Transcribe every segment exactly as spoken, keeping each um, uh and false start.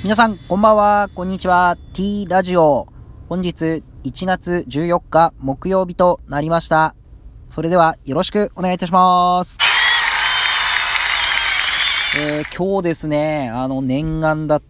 皆さんこんばんは、こんにちは。 T ラジオ、本日いちがつじゅうよっか木曜日となりました。それではよろしくお願いいたします。えー、今日ですね、あの念願だった、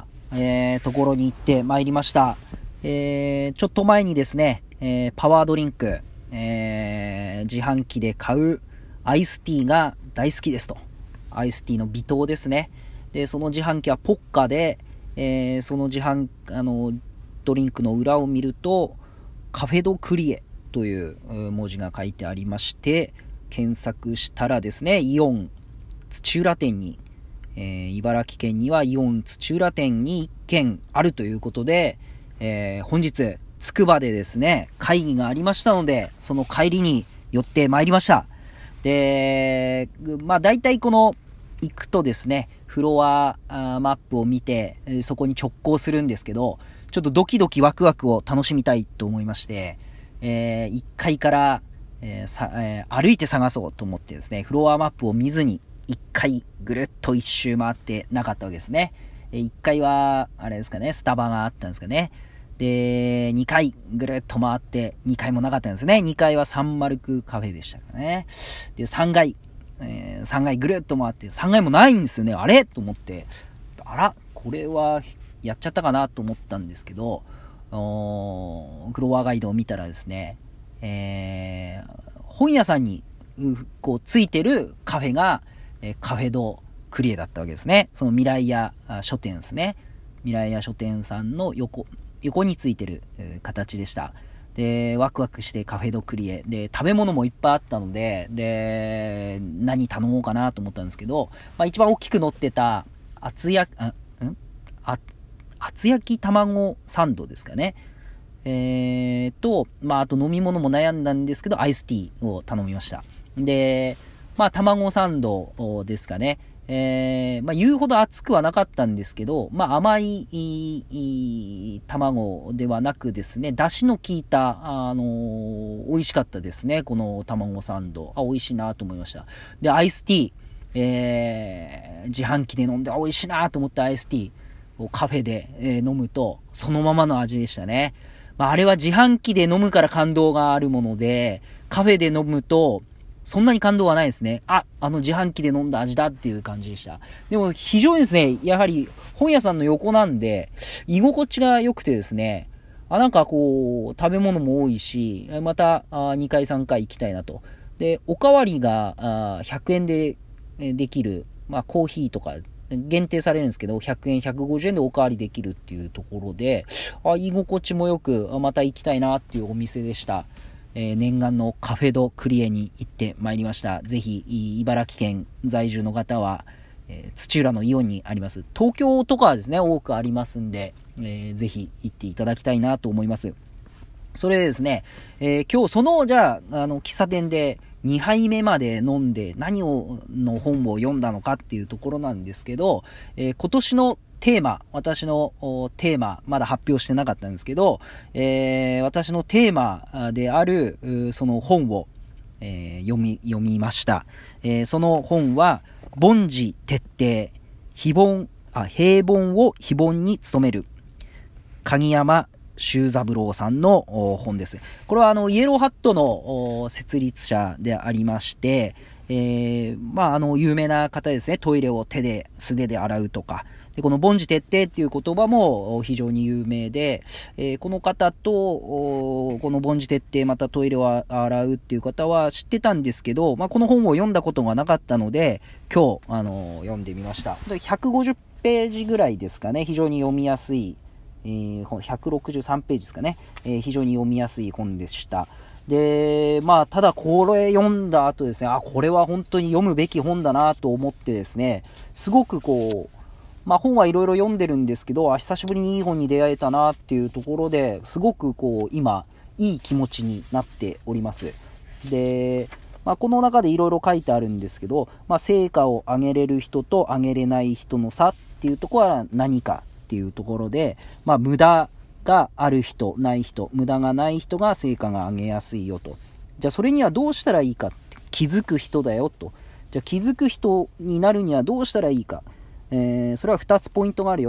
えー、ところに行ってまいりました。えー、ちょっと前にですね、えー、パワードリンク、えー、自販機で買うアイスティーが大好きですと。アイスティーの微糖ですね。でその自販機はポッカで、えー、その自販あのドリンクの裏を見るとカフェドクリエという文字が書いてありまして、検索したらですね、イオン土浦店に、えー、茨城県にはイオン土浦店にいっけんあるということで、えー、本日つくばでですね会議がありましたので、その帰りに寄ってまいりました。でまあ大体この行くとですね、フロアマップを見てそこに直行するんですけど、ちょっとドキドキワクワクを楽しみたいと思いまして、えー、いっかいから、えーさえー、歩いて探そうと思ってですね、フロアマップを見ずにいっかいぐるっと一周回ってなかったわけですね。いっかいはあれですかね、スタバがあったんですかね。でにかいぐるっと回ってにかいもなかったんですね。にかいはサンマルクカフェでしたかね。でさんがいえー、さんがいぐるっと回ってさんがいもないんですよね。あれと思って、あらこれはやっちゃったかなと思ったんですけど、フロアガイドを見たらですね、えー、本屋さんにこうついてるカフェが、えー、カフェドクリエだったわけですね。その未来屋書店ですね。未来屋書店さんの横横についてる、えー、形でした。でワクワクしてカフェドクリエで食べ物もいっぱいあったので、で何頼もうかなと思ったんですけど、まあ、一番大きく乗ってた厚焼あんあ厚焼き卵サンドですかね、えー、と、まあ、あと飲み物も悩んだんですけどアイスティーを頼みました。でまあ卵サンドですかね。えー、まあ言うほど熱くはなかったんですけど、まあ甘い、いい卵ではなくですね、出汁の効いた、あのー、美味しかったですね、この卵サンド。あ、美味しいなと思いました。で、アイスティー、えー、自販機で飲んで美味しいなと思ったアイスティーをカフェで、えー、飲むと、そのままの味でしたね。まあ、あれは自販機で飲むから感動があるもので、カフェで飲むと、そんなに感動はないですね。あ、あの自販機で飲んだ味だっていう感じでした。でも非常にですね、やはり本屋さんの横なんで、居心地が良くてですね、あ、なんかこう、食べ物も多いし、またあにかいさんかい行きたいなと。で、おかわりがあひゃくえんでできる、まあコーヒーとか、限定されるんですけど、ひゃくえん、ひゃくごじゅうえんでおかわりできるっていうところで、あ、居心地もよく、また行きたいなっていうお店でした。えー、念願のカフェドクリエに行ってまいりました。ぜひ茨城県在住の方は、えー、土浦のイオンにあります。東京とかはですね多くありますんで、えー、ぜひ行っていただきたいなと思います。それでですね、えー、今日そのじゃあ、あの喫茶店でにはいめまで飲んで何をの本を読んだのかっていうところなんですけど、えー、今年のテーマ、私のテーマまだ発表してなかったんですけど、えー、私のテーマであるその本を、えー、読み読みました。えー、その本は凡事徹底、非凡あ平凡を非凡に努める、鍵山修三郎さんの本です。これはあのイエローハットの設立者でありまして、えー、まああの有名な方ですね。トイレを手で素手で洗うとか。でこの凡事徹底っていう言葉も非常に有名で、えー、この方とこの凡事徹底またトイレを洗うっていう方は知ってたんですけど、まあ、この本を読んだことがなかったので今日あの読んでみました。ひゃくごじゅっページぐらいですかね。非常に読みやすい、えー、ひゃくろくじゅうさんページですかね、えー、非常に読みやすい本でした。でまあただこれ読んだ後ですね、あこれは本当に読むべき本だなと思ってですね、すごくこうまあ本はいろいろ読んでるんですけど、あ久しぶりにいい本に出会えたなっていうところですごくこう今いい気持ちになっております。で、まあ、この中でいろいろ書いてあるんですけど、まあ、成果を上げれる人と上げれない人の差っていうところは何かっていうところで、まあ、無駄がある人ない人、無駄がない人が成果が上げやすいよと。じゃあそれにはどうしたらいいかって、気づく人だよと。じゃあ気づく人になるにはどうしたらいいか、えー、それはふたつポイントがあるよと。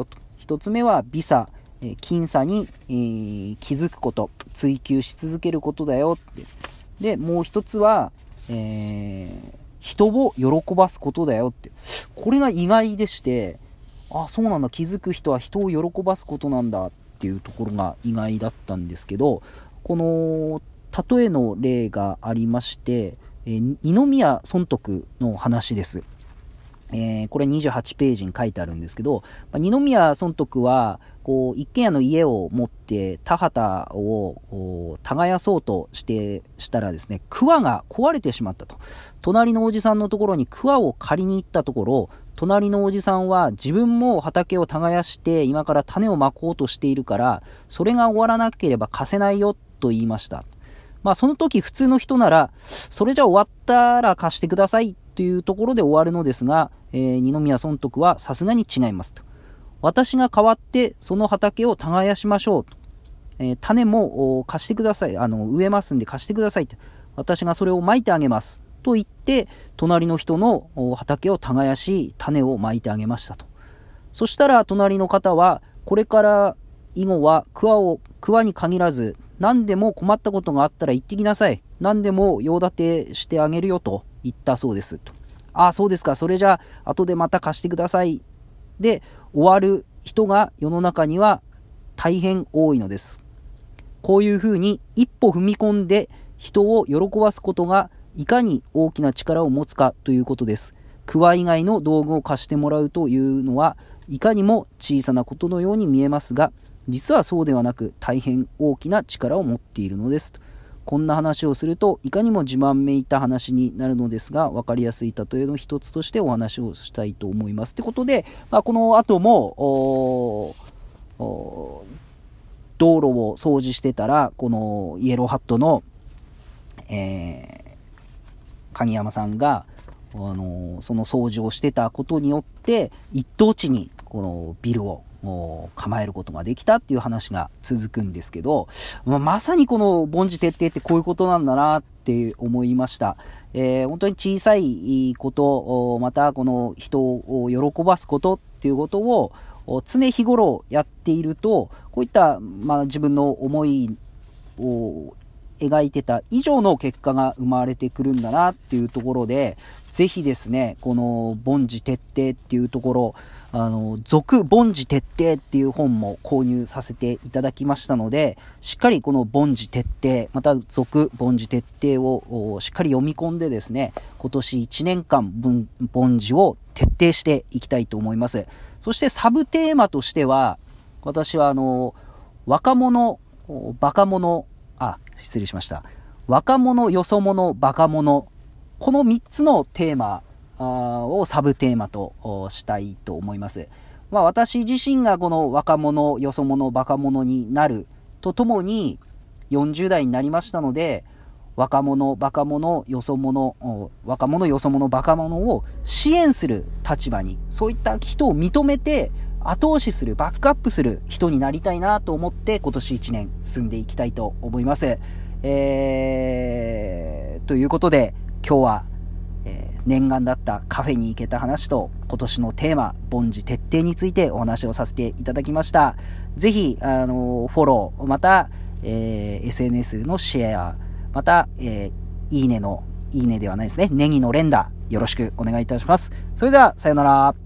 一つ目は微差、えー、僅差に、えー、気づくこと、追求し続けることだよって。で、もう一つは、えー、人を喜ばすことだよって。これが意外でして、あ、そうなんだ、気づく人は人を喜ばすことなんだっていうところが意外だったんですけど、この例えの例がありまして、えー、二宮尊徳の話です。えー、これにじゅうはちページに書いてあるんですけど、まあ、二宮尊徳はこう一軒家の家を持って田畑を耕そうとしてしたらですね、桑が壊れてしまったと。隣のおじさんのところに桑を借りに行ったところ、隣のおじさんは自分も畑を耕して今から種をまこうとしているから、それが終わらなければ貸せないよと言いました。まあその時普通の人なら、それじゃ終わったら貸してくださいというところで終わるのですが、えー、二宮尊徳はさすがに違いますと。私が代わってその畑を耕しましょうと。えー、種も貸してください。あの、植えますんで貸してくださいと。私がそれをまいてあげます。と言って、隣の人の畑を耕し、種をまいてあげましたと。そしたら隣の方は、これから以後は桑を、桑に限らず、何でも困ったことがあったら言ってきなさい。何でも用立てしてあげるよと言ったそうですと。ああ、そうですか。それじゃあ、後でまた貸してください。で、終わる人が世の中には大変多いのです。こういうふうに一歩踏み込んで人を喜ばすことがいかに大きな力を持つかということです。桑以外の道具を貸してもらうというのはいかにも小さなことのように見えますが、実はそうではなく大変大きな力を持っているのです。こんな話をするといかにも自慢めいた話になるのですが、分かりやすい例えの一つとしてお話をしたいと思います。ということで、まあ、この後も道路を掃除してたら、このイエローハットの、えー、鍵山さんが、あのー、その掃除をしてたことによって一等地にこのビルを構えることができたっていう話が続くんですけど、まあ、まさにこの凡事徹底ってこういうことなんだなって思いました。えー、本当に小さいこと、またこの人を喜ばすことっていうことを常日頃やっていると、こういった、まあ、自分の思いを描いてた以上の結果が生まれてくるんだなっていうところで、ぜひですね、この凡事徹底っていうところ、あの続凡事徹底っていう本も購入させていただきましたので、しっかりこの凡事徹底、また続凡事徹底をしっかり読み込んでですね、今年いちねんかん凡事を徹底していきたいと思います。そしてサブテーマとしては、私はあの若者、バカ者、あ、失礼しました。若者、よそ者、バカ者、このみっつのテーマをサブテーマとしたいと思います。まあ、私自身がこの若者、よそ者、バカ者になるとともによんじゅう代になりましたので、若者、バカ者、よそ者、若者、よそ者、バカ者を支援する立場に、そういった人を認めて後押しする、バックアップする人になりたいなと思って今年いちねん進んでいきたいと思います。えー、ということで今日は、えー、念願だったカフェに行けた話と今年のテーマ凡事徹底についてお話をさせていただきました。ぜひあのフォロー、また、えー、エスエヌエス のシェア、また、えー、いいねのいいねではないですね、ネギの連打よろしくお願いいたします。それではさよなら。